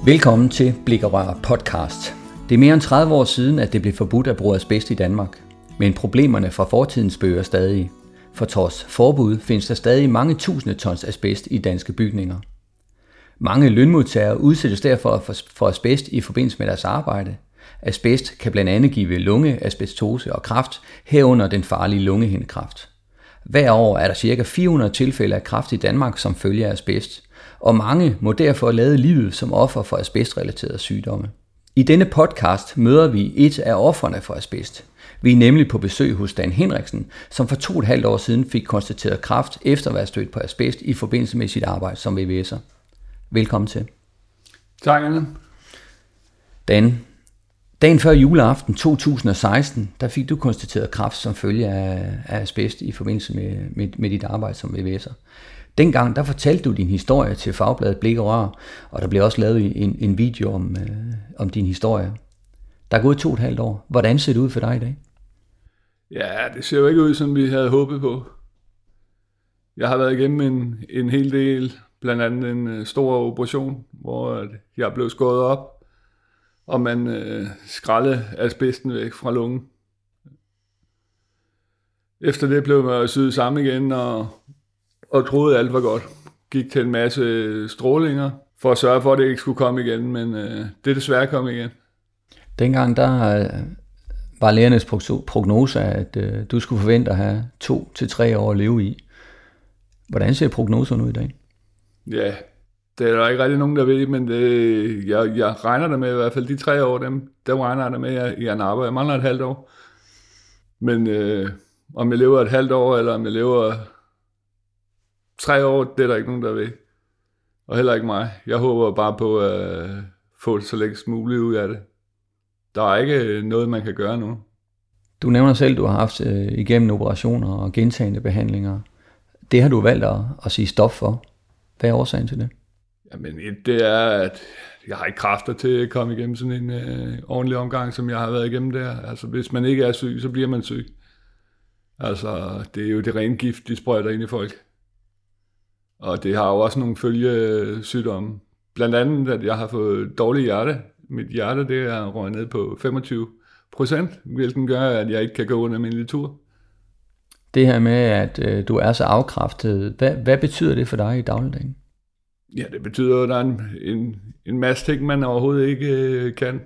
Velkommen til Blik og Rør podcast. Det er mere end 30 år siden, at det blev forbudt at bruge asbest i Danmark. Men problemerne fra fortiden spøger stadig. For trods forbud findes der stadig mange tusinde tons asbest i danske bygninger. Mange lønmodtagere udsættes derfor for asbest i forbindelse med deres arbejde. Asbest kan blandt andet give lungeasbestose og kræft, herunder den farlige lungehindekræft. Hver år er der ca. 400 tilfælde af kræft i Danmark som følge af asbest, og mange må derfor lade livet som offer for asbestrelaterede sygdomme. I denne podcast møder vi et af ofrene for asbest. Vi er nemlig på besøg hos Dan Henriksen, som for 2,5 år siden fik konstateret kræft efter at være stødt på asbest i forbindelse med sit arbejde som VVS'er. Velkommen til. Tak, Anna. Dan, dagen før juleaften 2016, der fik du konstateret kræft som følge af asbest i forbindelse med dit arbejde som VVS'er. Dengang, der fortalte du din historie til fagbladet Blik og Rør, og der blev også lavet en video om din historie. Der er gået 2,5 år. Hvordan ser det ud for dig i dag? Ja, det ser jo ikke ud, som vi havde håbet på. Jeg har været igennem en hel del, blandt andet en stor operation, hvor jeg blev skåret op, og man skrællede asbesten væk fra lungen. Efter det blev man syet sammen igen, og troede, at alt var godt. Gik til en masse strålinger, for at sørge for, at det ikke skulle komme igen, men det er desværre kommet igen. Dengang der var lægernes prognose, at du skulle forvente at have 2 til 3 år at leve i. Hvordan ser prognoserne ud i dag? Ja, det er der ikke rigtig nogen, der ved, men jeg regner der med i hvert fald de 3 år, dem regner jeg der med, at jeg arbejder. Jeg mangler et halvt år. Men om jeg lever et halvt år, eller om jeg lever 3 år, det er der ikke nogen, der ved. Og heller ikke mig. Jeg håber bare på at få så længst muligt ud af det. Der er ikke noget, man kan gøre nu. Du nævner selv, at du har haft igennem operationer og gentagne behandlinger. Det har du valgt at sige stop for. Hvad er årsagen til det? Jamen, det er, at jeg har ikke kræfter til at komme igennem sådan en ordentlig omgang, som jeg har været igennem der. Altså, hvis man ikke er syg, så bliver man syg. Altså, det er jo det rene gift, de sprøjter ind i folk. Og det har jo også nogle følgesygdomme. Blandt andet, at jeg har fået dårligt hjerte. Mit hjerte, det er røget ned på 25%, hvilken gør, at jeg ikke kan gå en almindelig tur. Det her med, at du er så afkræftet, hvad betyder det for dig i dagligdagen? Ja, det betyder, at der er en masse ting, man overhovedet ikke kan.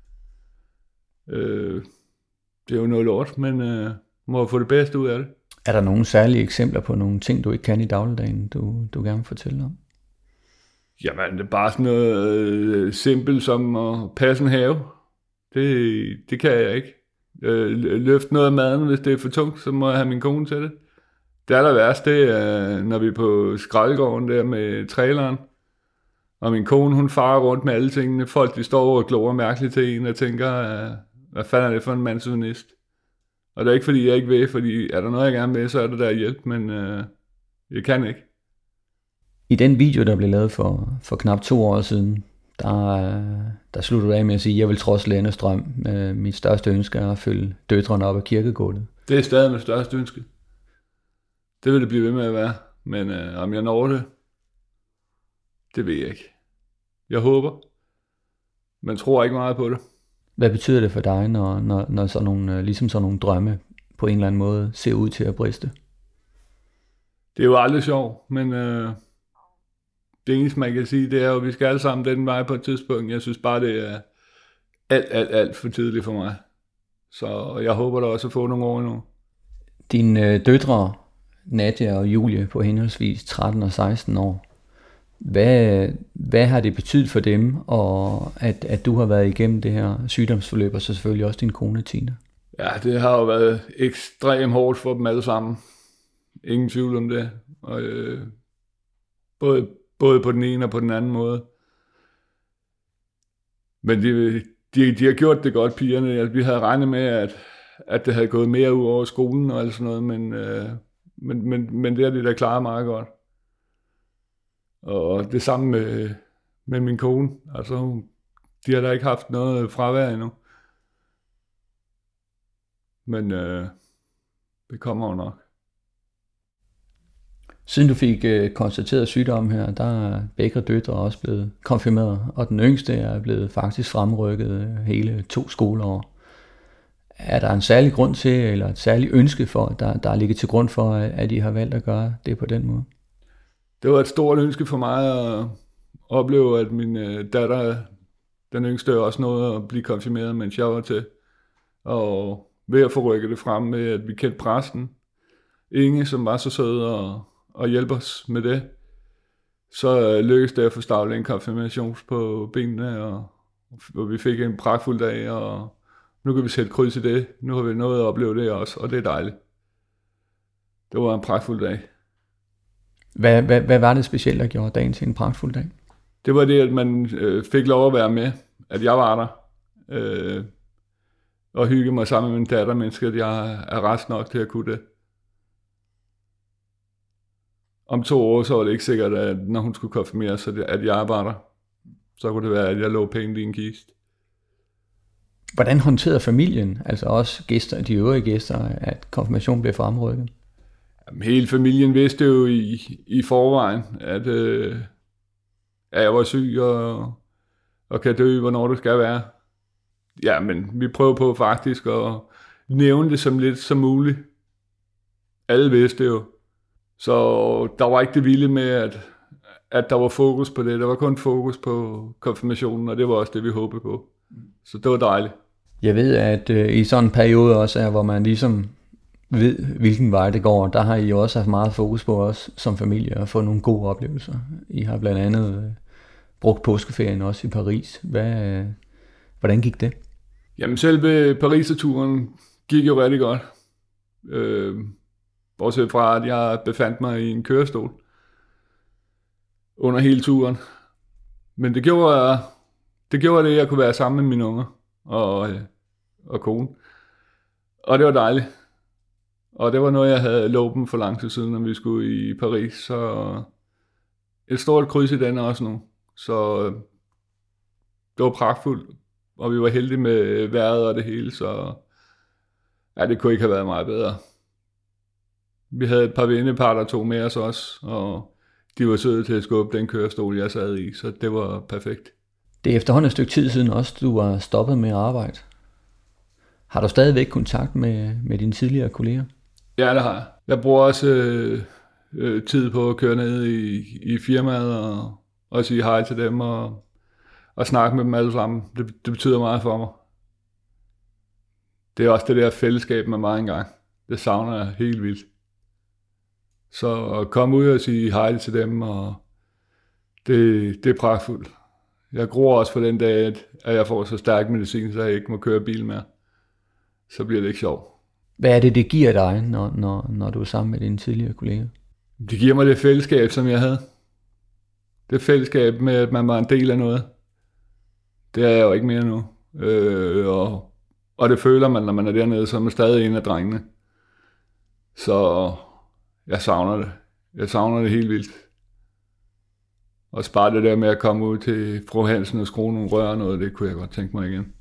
Det er jo noget lort, men må få det bedste ud af det. Er der nogle særlige eksempler på nogle ting, du ikke kan i dagligdagen, du gerne vil fortælle om? Jamen, det er bare sådan noget simpelt som at passe en have. Det kan jeg ikke. Løfte noget af maden, hvis det er for tungt, så må jeg have min kone til det. Det allerværste, det er, når vi er på skraldegården der med traileren, og min kone, hun farer rundt med alle tingene. Folk, de står og glor mærkeligt til en og tænker, hvad fanden er det for en mandsjuvenist? Og det er ikke, fordi jeg ikke vil, fordi er der noget, jeg gerne vil, så er det der hjælp, men jeg kan ikke. I den video, der blev lavet for knap 2 år siden, der slutter du af med at sige, jeg vil trods Lennes drøm. Mit største ønske er at følge døtrene op ad kirkegulvet. Det er stadig mit største ønske. Det vil det blive ved med at være. Men om jeg når det, det ved jeg ikke. Jeg håber, men tror ikke meget på det. Hvad betyder det for dig, når sådan nogle, ligesom sådan nogle drømme på en eller anden måde ser ud til at briste? Det er jo aldrig sjovt, men det eneste, man kan sige, det er jo, at vi skal alle sammen den vej på et tidspunkt. Jeg synes bare, det er alt for tidligt for mig. Så jeg håber da også at få nogle år endnu. Dine døtre, Nadia og Julie, på henholdsvis 13 og 16 år, hvad har det betydet for dem, og at du har været igennem det her sygdomsforløb, og så selvfølgelig også din kone, Tina? Ja, det har jo været ekstremt hårdt for dem alle sammen. Ingen tvivl om det. Og, både på den ene og på den anden måde. Men de har gjort det godt, pigerne. Vi havde regnet med, at det havde gået mere ud over skolen og alt sådan noget, men det har de da klaret meget godt. Og det samme med min kone. Altså, de har da ikke haft noget fravær endnu. Men det kommer jo nok. Siden du fik konstateret sygdom her, der er begge døtre også blevet konfirmeret, og den yngste er blevet faktisk fremrykket hele 2 skoleår. Er der en særlig grund til, eller et særligt ønske for, der er ligget til grund for, at I har valgt at gøre det på den måde? Det var et stort ønske for mig at opleve, at min datter, den yngste, også nåede at blive konfirmeret, mens jeg var til. Og ved at få rykket det frem med, at vi kendte præsten, Inge, som var så sød og hjælpe os med det, så lykkedes det at få stavlet en konfirmation på benene, og vi fik en pragtfuld dag, og nu kan vi sætte kryds i det. Nu har vi nået at opleve det også, og det er dejligt. Det var en pragtfuld dag. Hvad var det specielt, der gjorde dagen til en pragtfuld dag? Det var det, at man fik lov at være med, at jeg var der, og hygge mig sammen med min datter, mens jeg er rask nok til at kunne det. Om 2 år, så var det ikke sikkert, at når hun skulle konfirmeres, at jeg var der. Så kunne det være, at jeg lå pænt i en kiste. Hvordan håndterede familien, altså også gæster, de øvrige gæster, at konfirmationen blev fremrykket? Jamen, hele familien vidste jo i forvejen, at jeg var syg og kan dø, hvornår det skal være. Ja, men vi prøver på faktisk at nævne det som lidt som muligt. Alle vidste jo. Så der var ikke det vilde med, at der var fokus på det. Der var kun fokus på konfirmationen, og det var også det, vi håbede på. Så det var dejligt. Jeg ved, at i sådan en periode også er, hvor man ligesom ved, hvilken vej det går, der har I også haft meget fokus på os som familie at få nogle gode oplevelser. I har blandt andet brugt påskeferien også i Paris. Hvordan gik det? Jamen selve Paris-turen gik jo rigtig godt. Bortset fra, at jeg befandt mig i en kørestol under hele turen. Men det gjorde det, at jeg kunne være sammen med mine unger og kone. Og det var dejligt. Og det var noget, jeg havde lovet dem for lang tid siden, når vi skulle i Paris. Så et stort kryds i den også nu. Så det var pragtfuldt. Og vi var heldige med vejret og det hele, så ja, det kunne ikke have været meget bedre. Vi havde et par vennepar, der tog med os også, og de var søde til at skubbe den kørestol, jeg sad i, så det var perfekt. Det er efterhånden et stykke tid siden også, du var stoppet med at arbejde. Har du stadigvæk kontakt med dine tidligere kolleger? Ja, det har jeg. Jeg bruger også tid på at køre ned i firmaet og sige hej til dem og snakke med dem alle sammen. Det betyder meget for mig. Det er også det der fællesskab med mig engang. Det savner jeg helt vildt. Så at komme ud og sige hej til dem, og det er pragtfuldt. Jeg gruer også for den dag, at jeg får så stærk medicin, så jeg ikke må køre bil mere. Så bliver det ikke sjovt. Hvad er det giver dig, når du er sammen med dine tidligere kolleger? Det giver mig det fællesskab, som jeg havde. Det fællesskab med, at man var en del af noget. Det er jeg jo ikke mere nu. Og det føler man, når man er dernede, så er man stadig en af drengene. Så jeg savner det. Jeg savner det helt vildt. Og bare det der med at komme ud til fru Hansen og skrue nogle rør og noget, det kunne jeg godt tænke mig igen.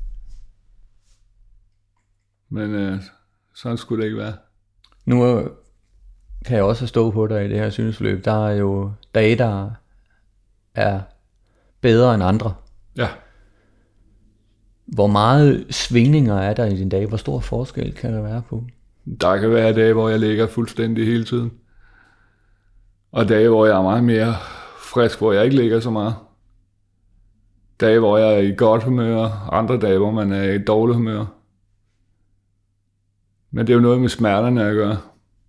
Men sådan skulle det ikke være. Nu kan jeg også stå på dig i det her sygdomsforløb. Der er jo dage, der er bedre end andre. Ja. Hvor meget svingninger er der i din dag? Hvor stor forskel kan der være på? Der kan være dage, hvor jeg ligger fuldstændig hele tiden. Og dage, hvor jeg er meget mere frisk, hvor jeg ikke ligger så meget. Dage, hvor jeg er i godt humør. Andre dage, hvor man er i dårligt humør. Men det er jo noget med smerterne at gøre.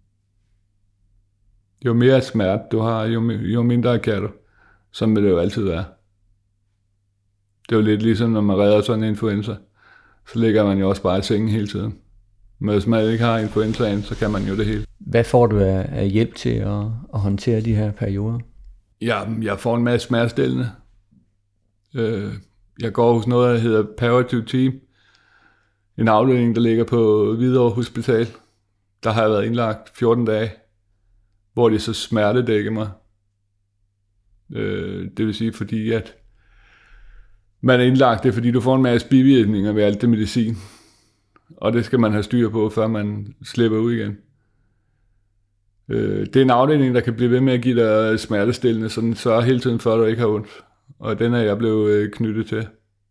Jo mere smerte du har, jo mindre kan du. Sådan vil det jo altid være. Det er jo lidt ligesom, når man redder sådan en influenza. Så ligger man jo også bare i sengen hele tiden. Men hvis man ikke har influenzaen, så kan man jo det hele. Hvad får du af hjælp til at håndtere de her perioder? Jeg får en masse smertestillende. Jeg går hos noget, der hedder Palliative Team. En afdeling, der ligger på Hvidovre Hospital. Der har jeg været indlagt 14 dage, hvor de så smertedækker mig. Det vil sige, fordi at man er indlagt, det er fordi, du får en masse bivirkninger ved alt det medicin. Og det skal man have styr på, før man slipper ud igen. Det er en afdeling, der kan blive ved med at give dig smertestillende, så den sørger hele tiden for, at du ikke har ondt. Og den er jeg blevet knyttet til.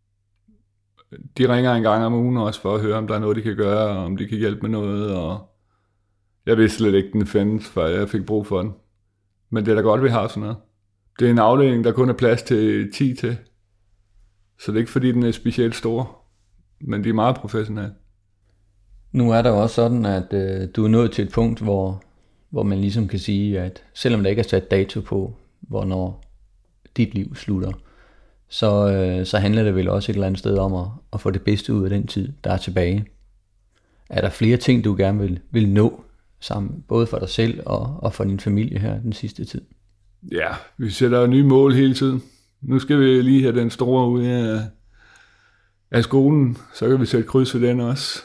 De ringer en gang om ugen også for at høre, om der er noget, de kan gøre, og om de kan hjælpe med noget. Og jeg vidste slet ikke, den findes, før jeg fik brug for den. Men det er da godt, vi har sådan noget. Det er en afdeling, der kun er plads til 10 til. Så det er ikke fordi, den er specielt stor. Men de er meget professionelle. Nu er der jo også sådan, at du er nået til et punkt, hvor man ligesom kan sige, at selvom der ikke er sat dato på, hvornår dit liv slutter, så handler det vel også et eller andet sted om at få det bedste ud af den tid, der er tilbage. Er der flere ting, du gerne vil nå sammen, både for dig selv og for din familie her den sidste tid? Ja, vi sætter nye mål hele tiden. Nu skal vi lige have den store ud af skolen, så kan vi sætte kryds ved den også.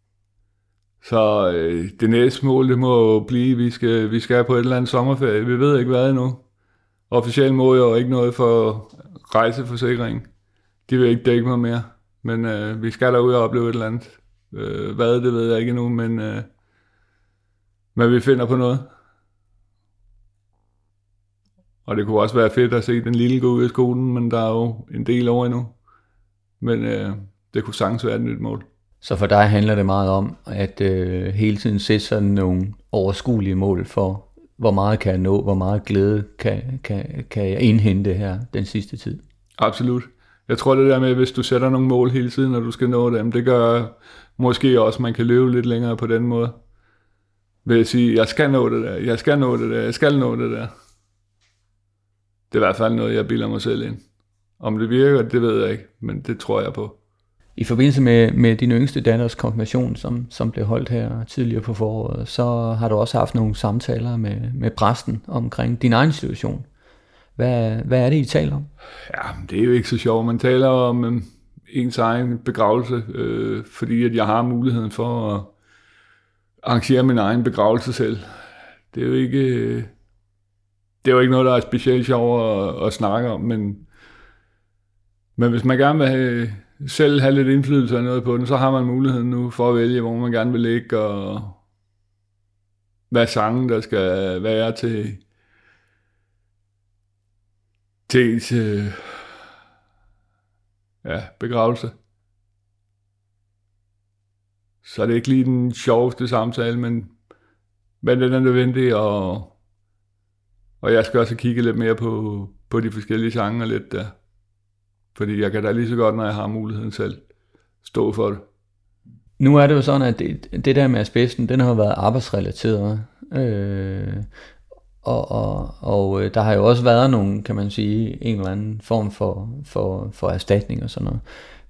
Så det næste mål, det må blive, vi skal på et eller andet sommerferie. Vi ved ikke hvad endnu. Officielt må jeg jo ikke noget for rejseforsikring. De vil ikke dække mig mere. Men vi skal derud og opleve et eller andet. Hvad, det ved jeg ikke endnu, men vi finder på noget. Og det kunne også være fedt at se den lille gå ud af skolen, men der er jo en del over endnu. Men det kunne sagtens være et nyt mål. Så for dig handler det meget om, at hele tiden sætte sådan nogle overskuelige mål for, hvor meget kan jeg nå, hvor meget glæde kan jeg indhente her den sidste tid? Absolut. Jeg tror det der med, hvis du sætter nogle mål hele tiden, og du skal nå dem, det gør måske også, at man kan løbe lidt længere på den måde. Ved at sige, jeg skal nå det der, jeg skal nå det der, jeg skal nå det der. Det er i hvert fald noget, jeg bilder mig selv ind. Om det virker, det ved jeg ikke, men det tror jeg på. I forbindelse med din yngste datters konfirmation, som blev holdt her tidligere på foråret, så har du også haft nogle samtaler med præsten omkring din egen situation. Hvad er det, I taler om? Ja, det er jo ikke så sjovt. Man taler om ens egen begravelse, fordi at jeg har muligheden for at arrangere min egen begravelse selv. Det er jo ikke noget, der er specielt sjovt at snakke om, men hvis man gerne vil selv have lidt indflydelse af noget på den, så har man muligheden nu for at vælge, hvor man gerne vil ligge, og hvad sangen der skal være til ens begravelse. Så det er ikke lige den sjoveste samtale, men den er nødvendig, og jeg skal også kigge lidt mere på de forskellige sange lidt der. Fordi jeg kan da lige så godt, når jeg har muligheden selv, stå for det. Nu er det jo sådan, at det der med asbesten, den har været arbejdsrelateret. Og der har jo også været nogle, kan man sige, en eller anden form for erstatning og sådan noget.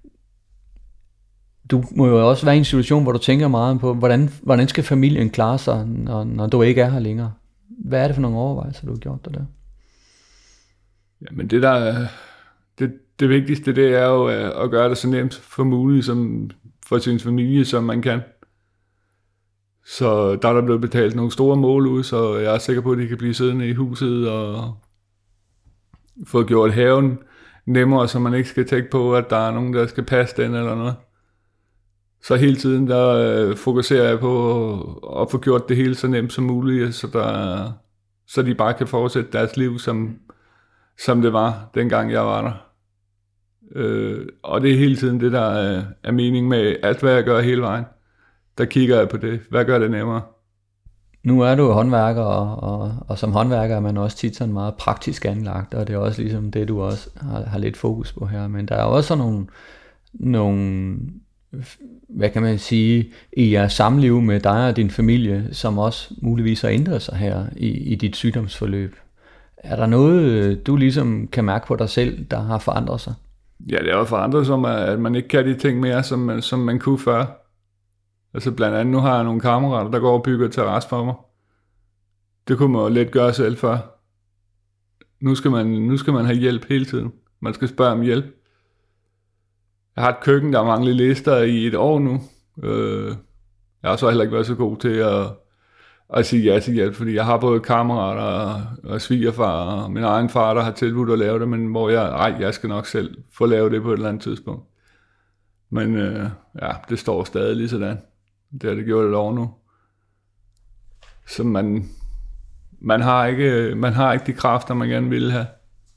Du må jo også være i en situation, hvor du tænker meget på, hvordan skal familien klare sig, når du ikke er her længere? Hvad er det for nogle overvejelser, du har gjort dig der? Jamen det vigtigste, det er jo at gøre det så nemt for muligt som for sin familie, som man kan. Så der er blevet betalt nogle store mål ud, så jeg er sikker på, at de kan blive siddende i huset og få gjort haven nemmere, så man ikke skal tænke på, at der er nogen, der skal passe den eller noget. Så hele tiden der fokuserer jeg på at få gjort det hele så nemt som muligt, så de bare kan fortsætte deres liv, som det var, dengang jeg var der. Og det er hele tiden det, der er mening med alt, hvad jeg gør hele vejen. Der kigger jeg på det. Hvad gør det nemmere? Nu er du jo håndværker, og som håndværker er man også tit sådan meget praktisk anlagt, og det er også ligesom det, du også har lidt fokus på her. Men der er også nogle hvad kan man sige, i jeres samliv med dig og din familie, som også muligvis har ændret sig her i dit sygdomsforløb. Er der noget, du ligesom kan mærke på dig selv, der har forandret sig? Ja, det er jo forandret som, at man ikke kan de ting mere, som man kunne før. Altså blandt andet, nu har jeg nogle kammerater, der går og bygger terrasse for mig. Det kunne man jo let gøre selv før. Nu skal man have hjælp hele tiden. Man skal spørge om hjælp. Jeg har et køkken, der mangler lister i et år nu. Jeg har så heller ikke været så god til at sige ja til hjælp, fordi jeg har både kammerater og svigerfar og min egen far, der har tilbudt at lave det, men hvor jeg skal nok selv få lavet det på et eller andet tidspunkt. Men det står stadig lige sådan. Det har det gjort et år nu. Så Man har ikke de kræfter, man gerne vil have.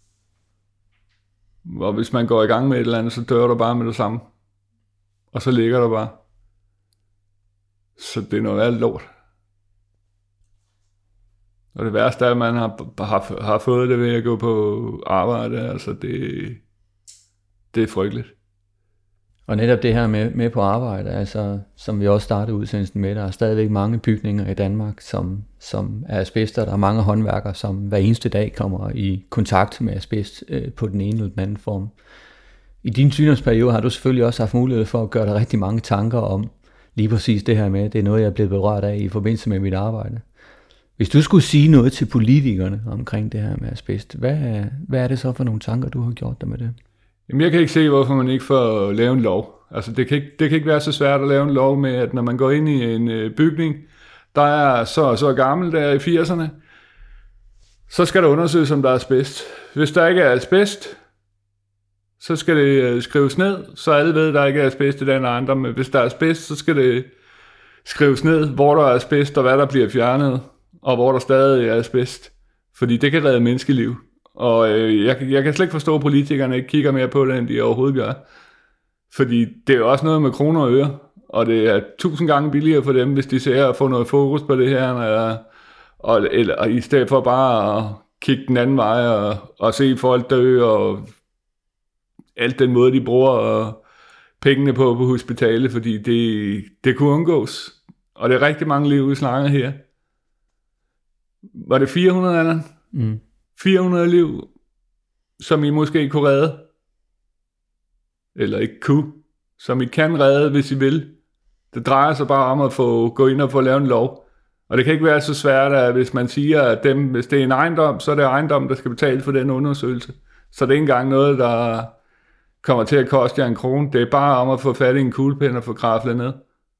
Og hvis man går i gang med et eller andet, så dør du bare med det samme. Og så ligger du bare. Så det er noget alt lort. Og det værste er, at man har fået det ved at gå på arbejde. Altså det er frygteligt. Og netop det her med på arbejde, altså, som vi også startede udsendelsen med, der er stadigvæk mange bygninger i Danmark, som er asbest, og der er mange håndværkere, som hver eneste dag kommer i kontakt med asbest på den ene eller den anden form. I din sygdomsperiode har du selvfølgelig også haft mulighed for at gøre dig rigtig mange tanker om lige præcis det her med, det er noget, jeg er blevet berørt af i forbindelse med mit arbejde. Hvis du skulle sige noget til politikerne omkring det her med asbest, hvad er det så for nogle tanker, du har gjort dig med det? Jamen, jeg kan ikke se, hvorfor man ikke får lavet en lov. Altså, det kan ikke være så svært at lave en lov med, at når man går ind i en bygning, der er så gammel der i 80'erne, så skal der undersøges, om der er asbest. Hvis der ikke er asbest, så skal det skrives ned, så alle ved, at der ikke er asbest i den ejendom. Men hvis der er asbest, så skal det skrives ned, hvor der er asbest, og hvad der bliver fjernet, og hvor der stadig er asbest. Fordi det kan redde menneskeliv. Og jeg kan slet ikke forstå, at politikerne ikke kigger mere på det, end de overhovedet gør. Fordi det er jo også noget med kroner og øre, og det er 1000 gange billigere for dem, hvis de ser at få noget fokus på det her, eller i stedet for bare at kigge den anden vej og se folk dø, og alt den måde, de bruger pengene på hospitalet, fordi det kunne undgås. Og det er rigtig mange liv, vi snakker her. Var det 400, Allan? 400 liv, som I måske kunne redde. Eller ikke kunne. Som I kan redde, hvis I vil. Det drejer sig bare om at gå ind og få lavet en lov. Og det kan ikke være så svært, at hvis man siger, at hvis det er en ejendom, så er det ejendom, der skal betale for den undersøgelse. Så det er ikke engang noget, der kommer til at koste jer 1 krone. Det er bare om at få fat i en kuglepen og få kraflet ned.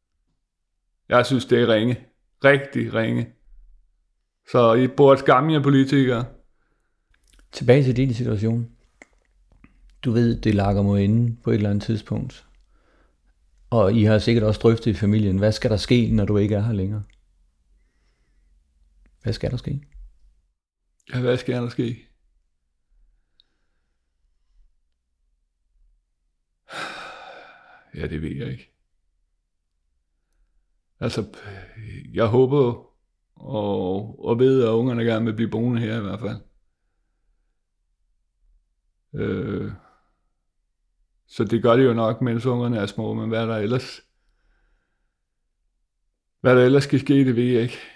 Jeg synes, det er ringe. Rigtig ringe. Så I burde skamme jer politikere. Tilbage til din situation. Du ved, det lakker mod enden på et eller andet tidspunkt. Og I har sikkert også drøftet i familien, hvad skal der ske, når du ikke er her længere? Hvad skal der ske? Ja, hvad skal der ske? Ja, det ved jeg ikke. Altså, jeg håber og ved, at ungerne gerne vil blive boende her i hvert fald. Så det gør det jo nok, mens ungerne er små, men hvad der ellers skal ske, det ved jeg ikke.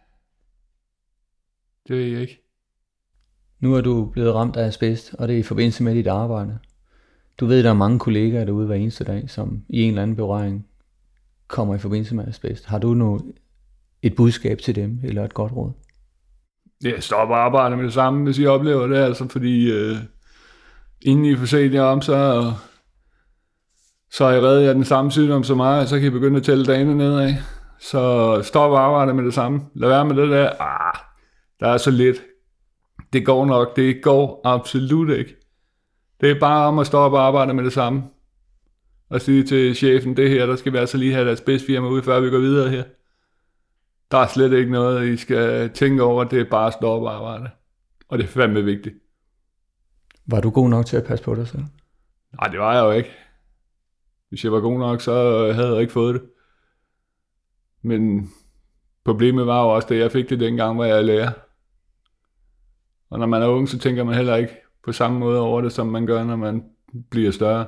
Det ved jeg ikke. Nu er du blevet ramt af asbest, og det er i forbindelse med dit arbejde. Du ved, der er mange kollegaer derude hver eneste dag, som i en eller anden berøring kommer i forbindelse med asbest. Har du et budskab til dem, eller et godt råd? Ja, stop og arbejde med det samme, hvis I oplever det, altså, fordi inden I får set jer om, så er I reddet af den samme sygdom som mig, og så kan I begynde at tælle dagene nedad. Så stop og arbejde med det samme. Lad være med det der. Der er så lidt. Det går nok. Det går absolut ikke. Det er bare om at stoppe og arbejde med det samme. Og sige til chefen, det her, der skal vi altså lige have et asbestfirma ud, før vi går videre her. Der er slet ikke noget, I skal tænke over. Det er bare at stoppe og arbejde. Og det er fandme vigtigt. Var du god nok til at passe på dig selv? Nej, det var jeg jo ikke. Hvis jeg var god nok, så havde jeg ikke fået det. Men problemet var jo også, at jeg fik det dengang, hvor jeg er lærer. Og når man er ung, så tænker man heller ikke på samme måde over det, som man gør, når man bliver større.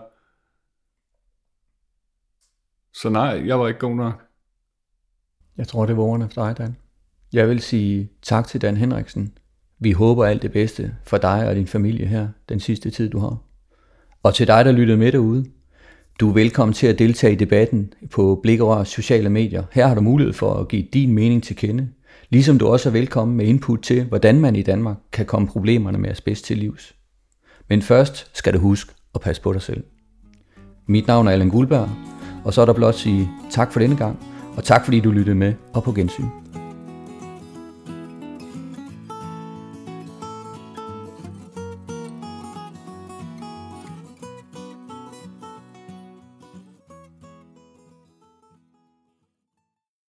Så nej, jeg var ikke god nok. Jeg tror, det var ordene for dig, Dan. Jeg vil sige tak til Dan Henriksen. Vi håber alt det bedste for dig og din familie her, den sidste tid, du har. Og til dig, der lyttede med derude. Du er velkommen til at deltage i debatten på Blikkerørs sociale medier. Her har du mulighed for at give din mening til kende. Ligesom du også er velkommen med input til, hvordan man i Danmark kan komme problemerne med asbest til livs. Men først skal du huske at passe på dig selv. Mit navn er Allan Guldberg, og så er der blot at sige tak for denne gang, og tak fordi du lyttede med, og på gensyn.